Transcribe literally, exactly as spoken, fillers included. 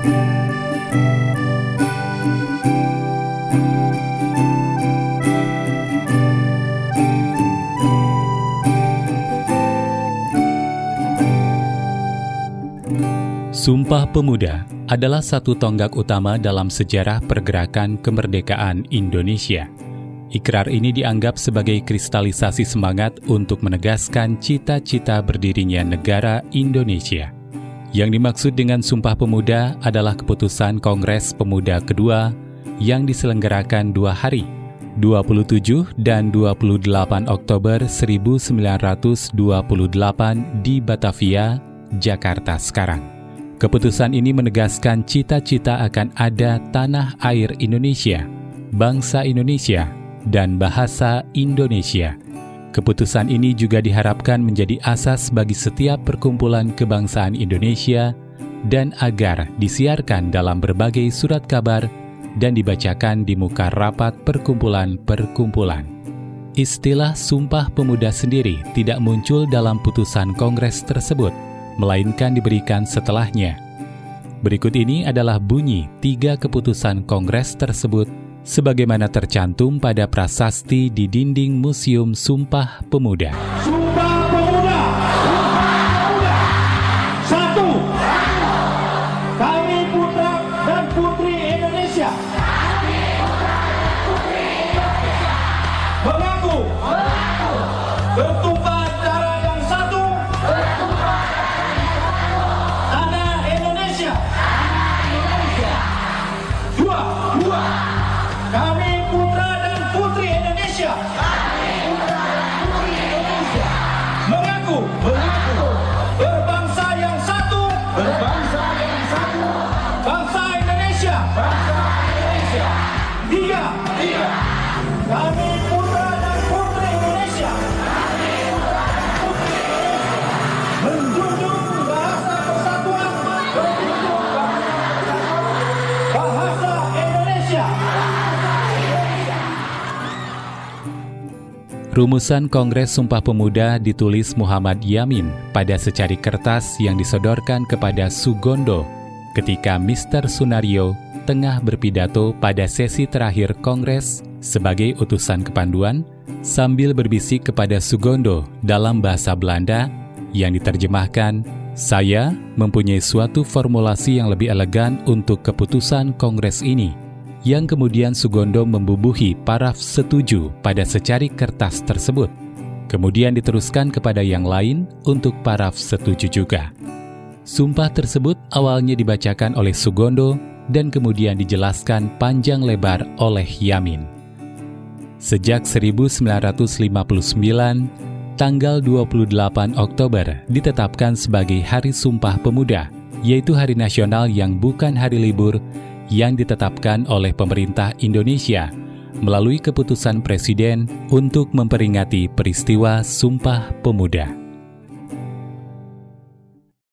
Sumpah Pemuda adalah satu tonggak utama dalam sejarah pergerakan kemerdekaan Indonesia. Ikrar ini dianggap sebagai kristalisasi semangat untuk menegaskan cita-cita berdirinya negara Indonesia. Yang dimaksud dengan Sumpah Pemuda adalah keputusan Kongres Pemuda kedua yang diselenggarakan dua hari, dua puluh tujuh dan dua puluh delapan Oktober seribu sembilan ratus dua puluh delapan di Batavia, Jakarta sekarang. Keputusan ini menegaskan cita-cita akan ada tanah air Indonesia, bangsa Indonesia, dan bahasa Indonesia. Keputusan ini juga diharapkan menjadi asas bagi setiap perkumpulan kebangsaan Indonesia dan agar disiarkan dalam berbagai surat kabar dan dibacakan di muka rapat perkumpulan-perkumpulan. Istilah Sumpah Pemuda sendiri tidak muncul dalam putusan Kongres tersebut, melainkan diberikan setelahnya. Berikut ini adalah bunyi tiga keputusan Kongres tersebut sebagaimana tercantum pada prasasti di dinding Museum Sumpah Pemuda. Sumpah Pemuda. Sumpah Pemuda. Satu. Kami putra dan putri Indonesia. Kami putra dan putri Indonesia. Mengaku. Mengaku. Bertumpah darah yang satu. Bertumpah tanah Indonesia. Tanah Indonesia. Dua. Dua. Kami putra dan putri Indonesia. Kami putra dan putri Indonesia. Mengaku. Mengaku. Berbangsa yang satu. Berbangsa yang satu. Bangsa Indonesia. Bangsa Indonesia. Tiga. Tiga. Kami putra dan putri Indonesia. Kami putra dan putri Indonesia. Menjunjung bahasa persatuan. Menjunjung bahasa Indonesia. Rumusan Kongres Sumpah Pemuda ditulis Muhammad Yamin pada secari kertas yang disodorkan kepada Sugondo ketika mister Sunario tengah berpidato pada sesi terakhir Kongres sebagai utusan kepanduan sambil berbisik kepada Sugondo dalam bahasa Belanda yang diterjemahkan, "Saya mempunyai suatu formulasi yang lebih elegan untuk keputusan Kongres ini," yang kemudian Sugondo membubuhi paraf setuju pada secari kertas tersebut. Kemudian diteruskan kepada yang lain untuk paraf setuju juga. Sumpah tersebut awalnya dibacakan oleh Sugondo dan kemudian dijelaskan panjang lebar oleh Yamin. Sejak seribu sembilan ratus lima puluh sembilan, tanggal dua puluh delapan Oktober ditetapkan sebagai Hari Sumpah Pemuda, yaitu hari nasional yang bukan hari libur yang ditetapkan oleh pemerintah Indonesia melalui keputusan Presiden untuk memperingati peristiwa Sumpah Pemuda.